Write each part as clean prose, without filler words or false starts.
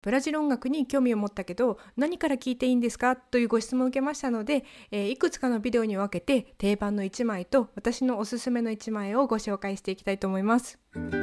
ブラジル音楽に興味を持ったけど何から聞いていいんですかというご質問を受けましたので、いくつかのビデオに分けて定番の1枚と私のおすすめの1枚をご紹介していきたいと思います。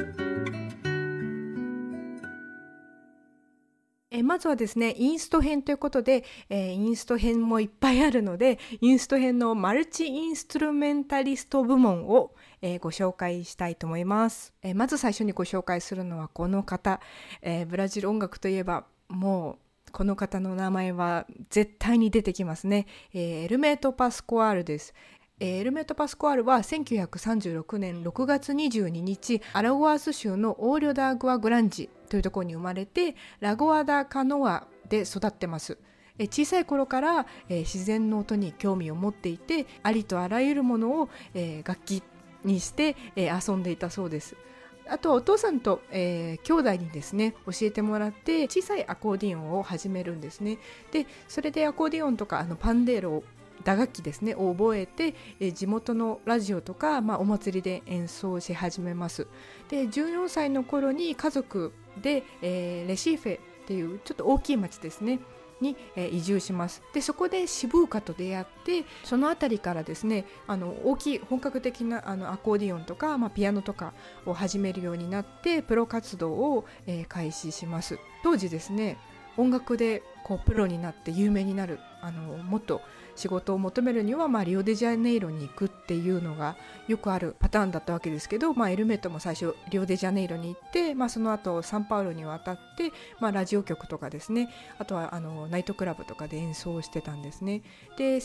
まずはですね、インスト編ということで、インスト編もいっぱいあるので、インスト編のマルチインストゥルメンタリスト部門を、ご紹介したいと思います。まず最初にご紹介するのはこの方、ブラジル音楽といえばもうこの方の名前は絶対に出てきますね。エルメート・パスコアールです。エルメート・パスコアールは1936年6月22日アラゴアス州のオーリョ・ダーグア・グランジというところに生まれて、ラゴア・ダ・カノアで育ってます。小さい頃から、自然の音に興味を持っていて、ありとあらゆるものを、楽器にして、遊んでいたそうです。あとはお父さんと、兄弟にですね教えてもらって小さいアコーディオンを始めるんですね。でそれでアコーディオンとかパンデーロを打楽器ですねを覚えて、地元のラジオとか、お祭りで演奏し始めます。で14歳の頃に家族で、レシーフェっていうちょっと大きい町ですねに、移住します。でそこでシブーカと出会って、そのあたりからですね大きい本格的なアコーディオンとか、ピアノとかを始めるようになってプロ活動を、開始します。当時ですね音楽でこうプロになって有名になるもっと仕事を求めるには、リオデジャネイロに行くっていうのがよくあるパターンだったわけですけど、エルメットも最初リオデジャネイロに行って、その後サンパウロに渡って、ラジオ局とかですね、あとはナイトクラブとかで演奏してたんですね。で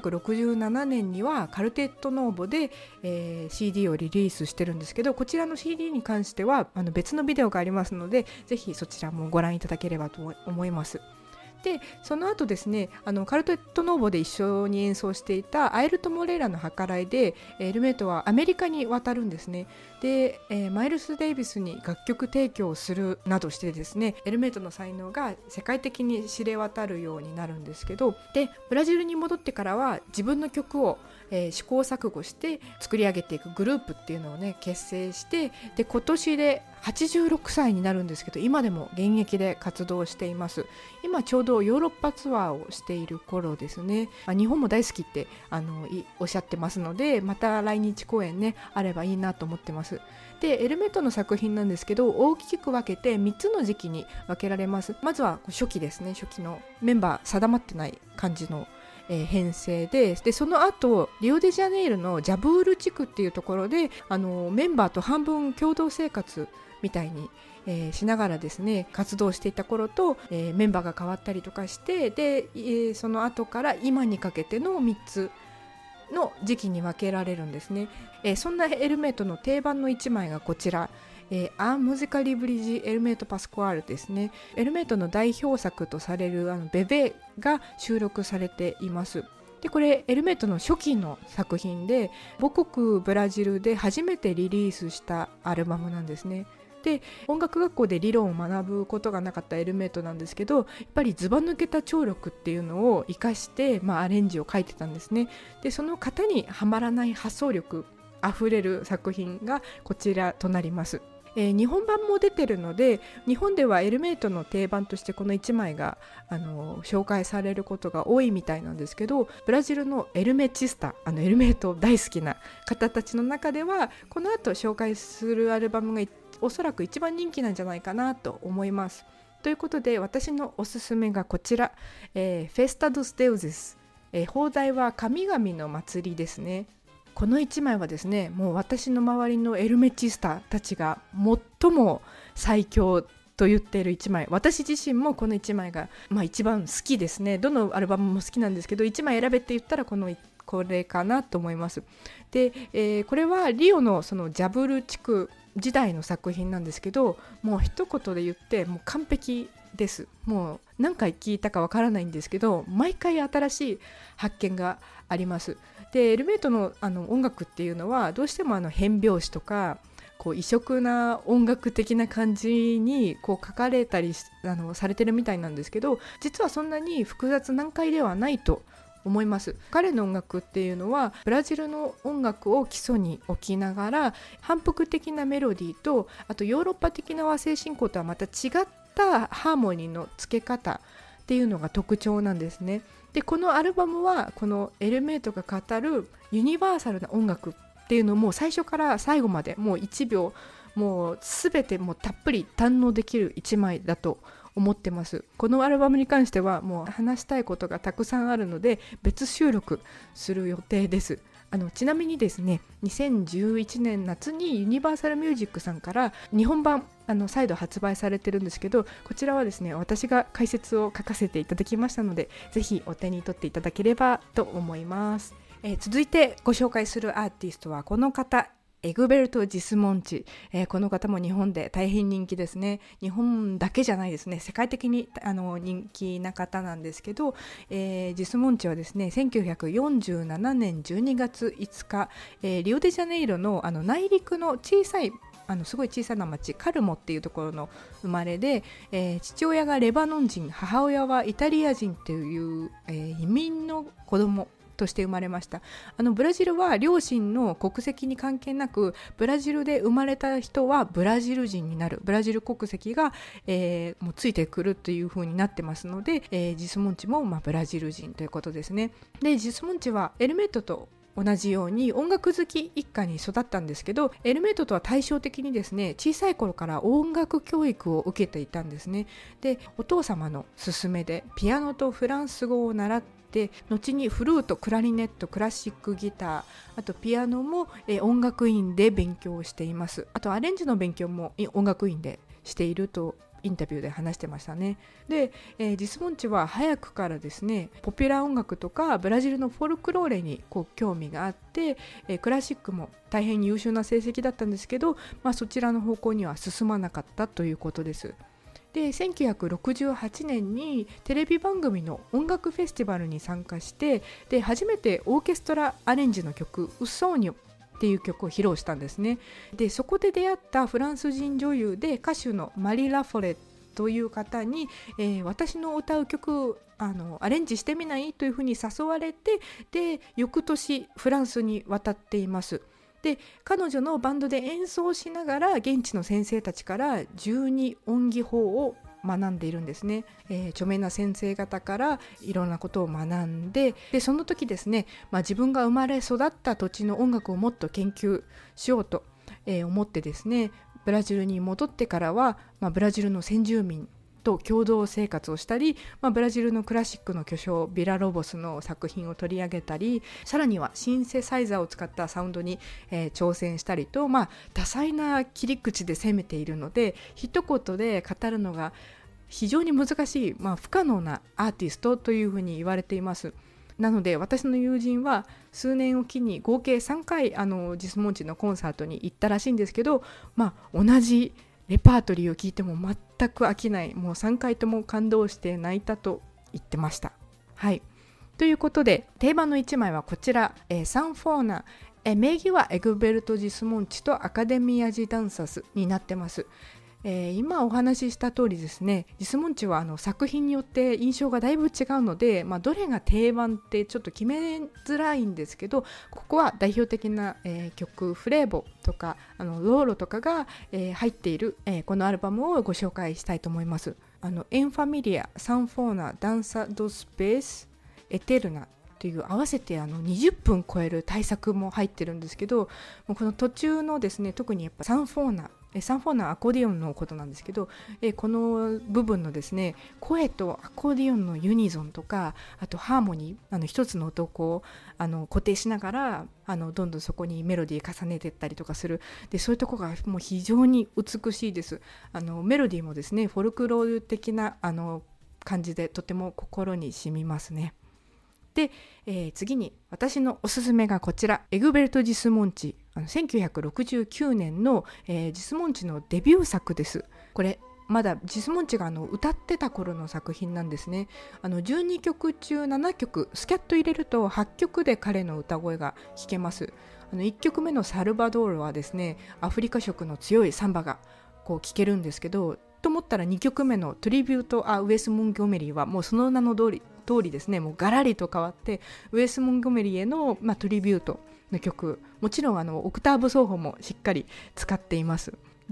1967年にはカルテットノーボで、CD をリリースしてるんですけど、こちらの CD に関しては別のビデオがありますので、ぜひそちらもご覧いただければと思います。でその後ですねカルテットノーボで一緒に演奏していたアエルト・モレーラの計らいでエルメートはアメリカに渡るんですね。で、マイルス・デイビスに楽曲提供をするなどしてですねエルメートの才能が世界的に知れ渡るようになるんですけど、でブラジルに戻ってからは自分の曲を、試行錯誤して作り上げていくグループっていうのをね結成して、で今年で86歳になるんですけど、今でも現役で活動しています。今ちょうどヨーロッパツアーをしている頃ですね。日本も大好きっておっしゃってますので、また来日公演ねあればいいなと思ってます。でエルメットの作品なんですけど、大きく分けて3つの時期に分けられます。まずは初期ですね。初期のメンバー定まってない感じの編成で、その後リオデジャネイロのジャブール地区っていうところでメンバーと半分共同生活みたいに、しながらですね活動していた頃と、メンバーが変わったりとかして、で、その後から今にかけての3つの時期に分けられるんですね。そんなエルメートの定番の1枚がこちら、アン・ムジカリブリジ・エルメート・パスコアールですね。エルメートの代表作とされるベベが収録されています。でこれエルメートの初期の作品で、母国ブラジルで初めてリリースしたアルバムなんですね。で音楽学校で理論を学ぶことがなかったエルメートなんですけど、やっぱりずば抜けた聴力っていうのを生かして、アレンジを書いてたんですね。でその型にはまらない発想力あふれる作品がこちらとなります。日本版も出てるので、日本ではエルメートの定番としてこの1枚が紹介されることが多いみたいなんですけど、ブラジルのエルメチスタエルメート大好きな方たちの中ではこの後紹介するアルバムがおそらく一番人気なんじゃないかなと思います。ということで私のおすすめがこちら、フェスタドスデウゼス、邦題は神々の祭りですね。この1枚はですね、もう私の周りのエルメチスタたちが最も最強と言っている1枚、私自身もこの1枚が、一番好きですね。どのアルバムも好きなんですけど、1枚選べって言ったらこれかなと思います。で、これはリオのそのジャブル地区時代の作品なんですけど、もう一言で言ってもう完璧です。もう何回聞いたかわからないんですけど、毎回新しい発見があります。でエルメートの音楽っていうのはどうしても変拍子とか異色な音楽的な感じに書かれたりされてるみたいなんですけど、実はそんなに複雑難解ではないと思います。彼の音楽っていうのはブラジルの音楽を基礎に置きながら、反復的なメロディーとあとヨーロッパ的な和声進行とはまた違っったハーモニーのつけ方っていうのが特徴なんですね。でこのアルバムはこのエルメイトが語るユニバーサルな音楽っていうのも最初から最後までもう1秒もう全てもうたっぷり堪能できる1枚だと思ってます。このアルバムに関してはもう話したいことがたくさんあるので別収録する予定です。ちなみにですね、2011年夏にユニバーサルミュージックさんから日本版再度発売されてるんですけど、こちらはですね私が解説を書かせていただきましたので、ぜひお手に取っていただければと思います。続いてご紹介するアーティストはこの方、エグベルト・ジスモンチ、この方も日本で大変人気ですね。日本だけじゃないですね、世界的に人気な方なんですけど、ジスモンチはですね1947年12月5日、リオデジャネイロの内陸の小さいすごい小さな町カルモっていうところの生まれで、父親がレバノン人、母親はイタリア人という、移民の子供として生まれました。ブラジルは両親の国籍に関係なくブラジルで生まれた人はブラジル人になる、ブラジル国籍が、もうついてくるという風になってますので、ジスモンチも、ブラジル人ということですね。でジスモンチはエルメイトと同じように音楽好き一家に育ったんですけど、エルメイトとは対照的にですね小さい頃から音楽教育を受けていたんですね。でお父様の勧めでピアノとフランス語を習って、後にフルート、クラリネット、クラシックギター、あとピアノも、音楽院で勉強しています。あとアレンジの勉強も音楽院でしているとインタビューで話してましたね。で、ジスモンチは早くからですねポピュラー音楽とかブラジルのフォルクローレに興味があって、クラシックも大変優秀な成績だったんですけど、そちらの方向には進まなかったということです。で1968年にテレビ番組の音楽フェスティバルに参加して、で初めてオーケストラアレンジの曲ウッソーニョっていう曲を披露したんですね。でそこで出会ったフランス人女優で歌手のマリ・ラフォレという方に、私の歌う曲アレンジしてみないというふうに誘われて、で翌年フランスに渡っています。で彼女のバンドで演奏しながら現地の先生たちから12音技法を学んでいるんですね。著名な先生方からいろんなことを学んで、その時ですね、自分が生まれ育った土地の音楽をもっと研究しようと、思ってですねブラジルに戻ってからは、ブラジルの先住民と共同生活をしたり、ブラジルのクラシックの巨匠ビラロボスの作品を取り上げたり、さらにはシンセサイザーを使ったサウンドに、挑戦したりと、多彩な切り口で攻めているので一言で語るのが非常に難しい、不可能なアーティストというふうに言われています。なので私の友人は数年を機に合計3回ジスモンチのコンサートに行ったらしいんですけど、同じレパートリーを聞いても全く飽きない、もう3回とも感動して泣いたと言ってました。はい、ということで定番の1枚はこちら、サンフォーナ、名義はエグベルト・ジスモンチとアカデミア・ジ・ダンサスになってます。今お話しした通りですね、ジスモンチは作品によって印象がだいぶ違うので、どれが定番ってちょっと決めづらいんですけど、ここは代表的な、曲フレーボとかローロとかが、入っている、このアルバムをご紹介したいと思います。エンファミリア、サンフォーナ、ダンサ・ド・スペース、エテルナという合わせて20分超える大作も入ってるんですけど、もうこの途中のですね特にやっぱサンフォーナアコーディオンのことなんですけど、この部分のですね声とアコーディオンのユニゾンとか、あとハーモニー一つの音をこう固定しながらどんどんそこにメロディー重ねていったりとかする。でそういうところがもう非常に美しいです。メロディーもですねフォルクロール的な感じでとても心に染みますね。で、次に私のおすすめがこちら、エグベルト・ジスモンチ、1969年の、ジスモンチのデビュー作です。これまだジスモンチが歌ってた頃の作品なんですね。12曲中7曲スキャット入れると8曲で彼の歌声が聴けます。1曲目のサルバドールはですねアフリカ色の強いサンバがこう聴けるんですけど、と思ったら2曲目のトリビュート・ア・ウエス・モンゴメリーはもうその名の通りですね、もうガラリと変わってウエス・モンゴメリーへの、トリビュートの曲、もちろんオクターブ奏法もしっかり使っています。で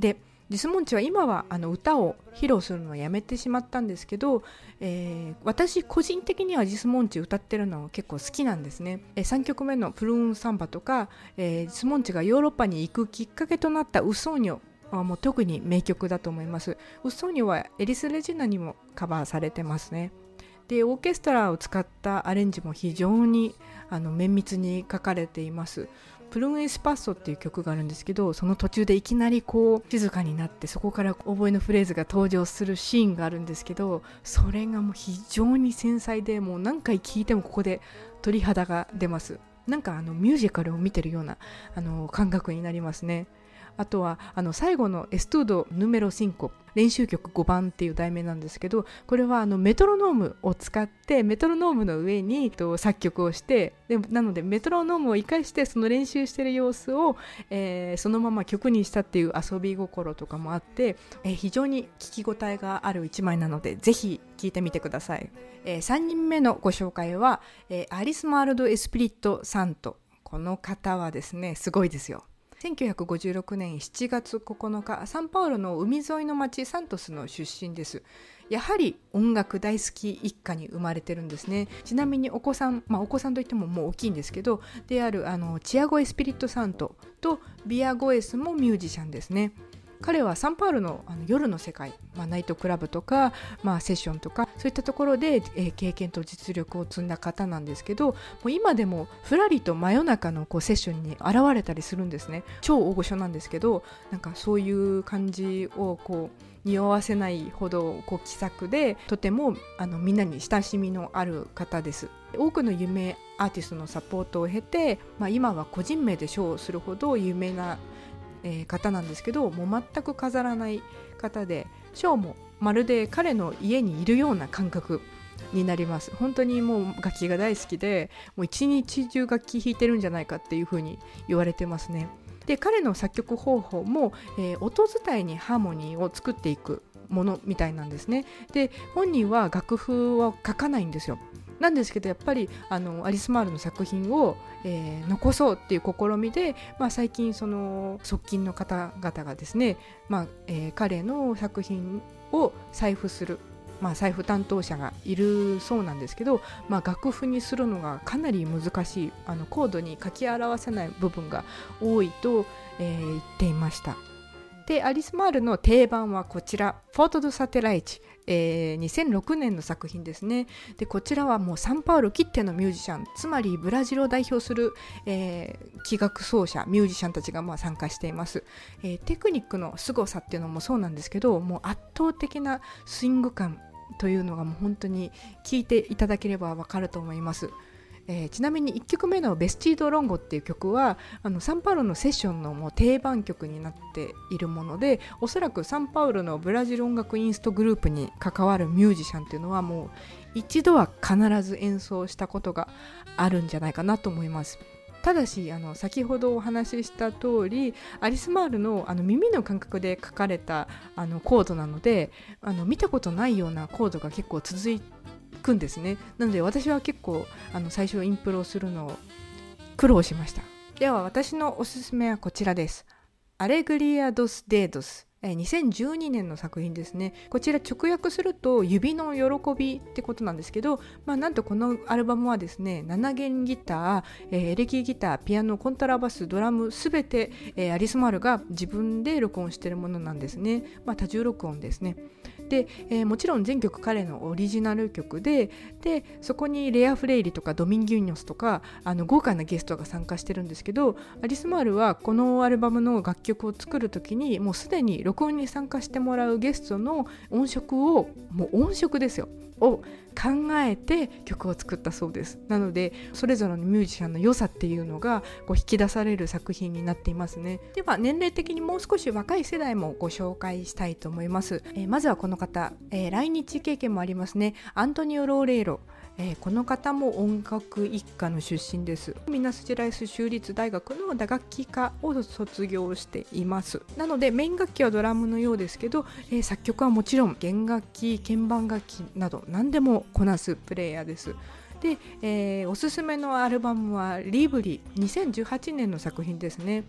ジスモンチは今は歌を披露するのをやめてしまったんですけど、私個人的にはジスモンチ歌ってるのは結構好きなんですね。3曲目のプルーンサンバとか、ジスモンチがヨーロッパに行くきっかけとなったウソーニョはもう特に名曲だと思います。ウソーニョはエリス・レジナにもカバーされてますね。でオーケストラを使ったアレンジも非常に綿密に書かれています。プルーンエスパッソっていう曲があるんですけど、その途中でいきなりこう静かになってそこから覚えのフレーズが登場するシーンがあるんですけど、それがもう非常に繊細で、もう何回聴いてもここで鳥肌が出ます。なんかミュージカルを見てるような感覚になりますね。あとは最後のエストゥードヌメロ5練習曲5番っていう題名なんですけど、これはメトロノームを使ってメトロノームの上に作曲をして、なのでメトロノームを生かしてその練習してる様子を、そのまま曲にしたっていう遊び心とかもあって、非常に聴き応えがある一枚なのでぜひ聴いてみてください。3人目のご紹介は、アリスマールド・エスピリット・サント。この方はですねすごいですよ。1956年7月9日、サンパウロの海沿いの町サントスの出身です。やはり音楽大好き一家に生まれてるんですね。ちなみにお子さんといってももう大きいんですけど、であるチアゴ・エスピリット・サントとビア・ゴエスもミュージシャンですね。彼はサンパウロの夜の世界、ナイトクラブとか、セッションとかそういったところで、経験と実力を積んだ方なんですけど、もう今でもふらりと真夜中のセッションに現れたりするんですね。超大御所なんですけど、なんかそういう感じを匂わせないほど気さくで、とてもみんなに親しみのある方です。多くの有名アーティストのサポートを経て、今は個人名でショーをするほど有名な方なんですけど、もう全く飾らない方で、ショーもまるで彼の家にいるような感覚になります。本当にもう楽器が大好きで、もう一日中楽器弾いてるんじゃないかっていう風に言われてますね。で彼の作曲方法も、音伝いにハーモニーを作っていくものみたいなんですね。で本人は楽譜を書かないんですよ。なんですけどやっぱりアリス・マールの作品を、残そうっていう試みで、最近その側近の方々がですね、彼の作品を採譜する、採譜担当者がいるそうなんですけど、楽譜にするのがかなり難しい、コードに書き表せない部分が多いと、言っていました。でアリス・マールの定番はこちら、フォート・ド・サテライチ、2006年の作品ですね。でこちらはもうサンパウロきってのミュージシャン、つまりブラジルを代表する、器楽奏者ミュージシャンたちが参加しています。テクニックの凄さっていうのもそうなんですけど、もう圧倒的なスイング感というのがもう本当に聞いていただければわかると思います。ちなみに1曲目のベスチードロンゴっていう曲はサンパウロのセッションのもう定番曲になっているもので、おそらくサンパウロのブラジル音楽インストグループに関わるミュージシャンっていうのはもう一度は必ず演奏したことがあるんじゃないかなと思います。ただし先ほどお話しした通り、アリス・マールの耳の感覚で書かれたコードなので、見たことないようなコードが結構続いてくんですね。なので私は結構最初インプロするのを苦労しました。では私のおすすめはこちらです。アレグリア・ドス・デードス、2012年の作品ですね。こちら直訳すると指の喜びってことなんですけど、なんとこのアルバムはですね、7弦ギター、エレキギター、ピアノ、コントラバス、ドラムすべて、アリス・マールが自分で録音しているものなんですね。多重録音ですね。で、もちろん全曲彼のオリジナル曲でそこにレア・フレイリとかドミンギュニョスとか豪華なゲストが参加してるんですけど、アリス・マールはこのアルバムの楽曲を作るときにもうすでに録音に参加してもらうゲストの音色をもう音色ですよを考えて曲を作ったそうです。なのでそれぞれのミュージシャンの良さっていうのが引き出される作品になっていますね。では年齢的にもう少し若い世代もご紹介したいと思います。まずはこの方、来日経験もありますね。アントニオ・ローレイロ、この方も音楽一家の出身です。ミナスジェライス州立大学の打楽器科を卒業しています。なのでメイン楽器はドラムのようですけど、作曲はもちろん弦楽器、鍵盤楽器など何でもこなすプレイヤーです。で、おすすめのアルバムはリブリ、2018年の作品ですね。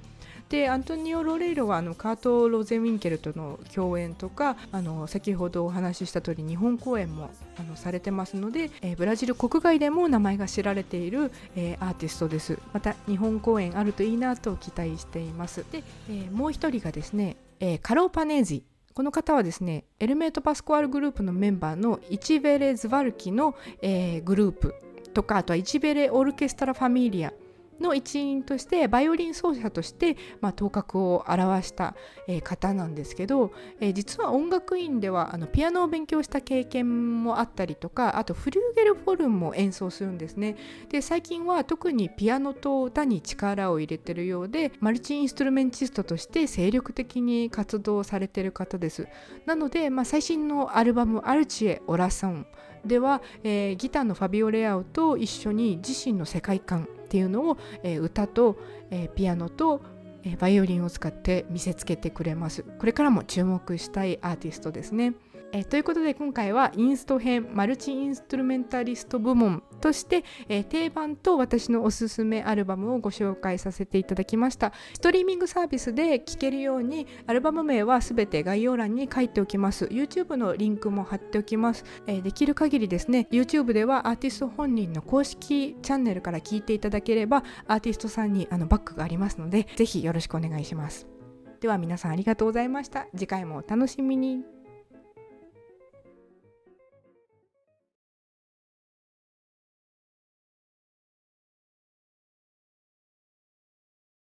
でアントニオ・ロレイロはカート・ロゼンウィンケルとの共演とか先ほどお話しした通り日本公演もされてますので、ブラジル国外でも名前が知られている、アーティストです。また日本公演あるといいなと期待しています。で、もう一人がですね、カロ・パネージ。この方はですね、エルメート・パスコアルグループのメンバーのイチベレ・ズバルキの、グループとか、あとはイチベレ・オルケストラ・ファミリアの一員としてバイオリン奏者として、頭角を現した、方なんですけど、実は音楽院ではピアノを勉強した経験もあったりとか、あとフリューゲルフォルンも演奏するんですね。で最近は特にピアノと歌に力を入れてるようで、マルチインストゥルメンチストとして精力的に活動されている方です。なので、最新のアルバムアルチエ・オラソンでは、ギターのファビオ・レアウと一緒に自身の世界観っていうのを、歌と、ピアノと、バイオリンを使って見せつけてくれます。これからも注目したいアーティストですね。ということで今回はインスト編マルチインストゥルメンタリスト部門として、定番と私のおすすめアルバムをご紹介させていただきました。ストリーミングサービスで聴けるようにアルバム名はすべて概要欄に書いておきます。 YouTube のリンクも貼っておきます。できる限りですね YouTube ではアーティスト本人の公式チャンネルから聴いていただければアーティストさんにバックがありますのでぜひよろしくお願いします。では皆さんありがとうございました。次回もお楽しみに。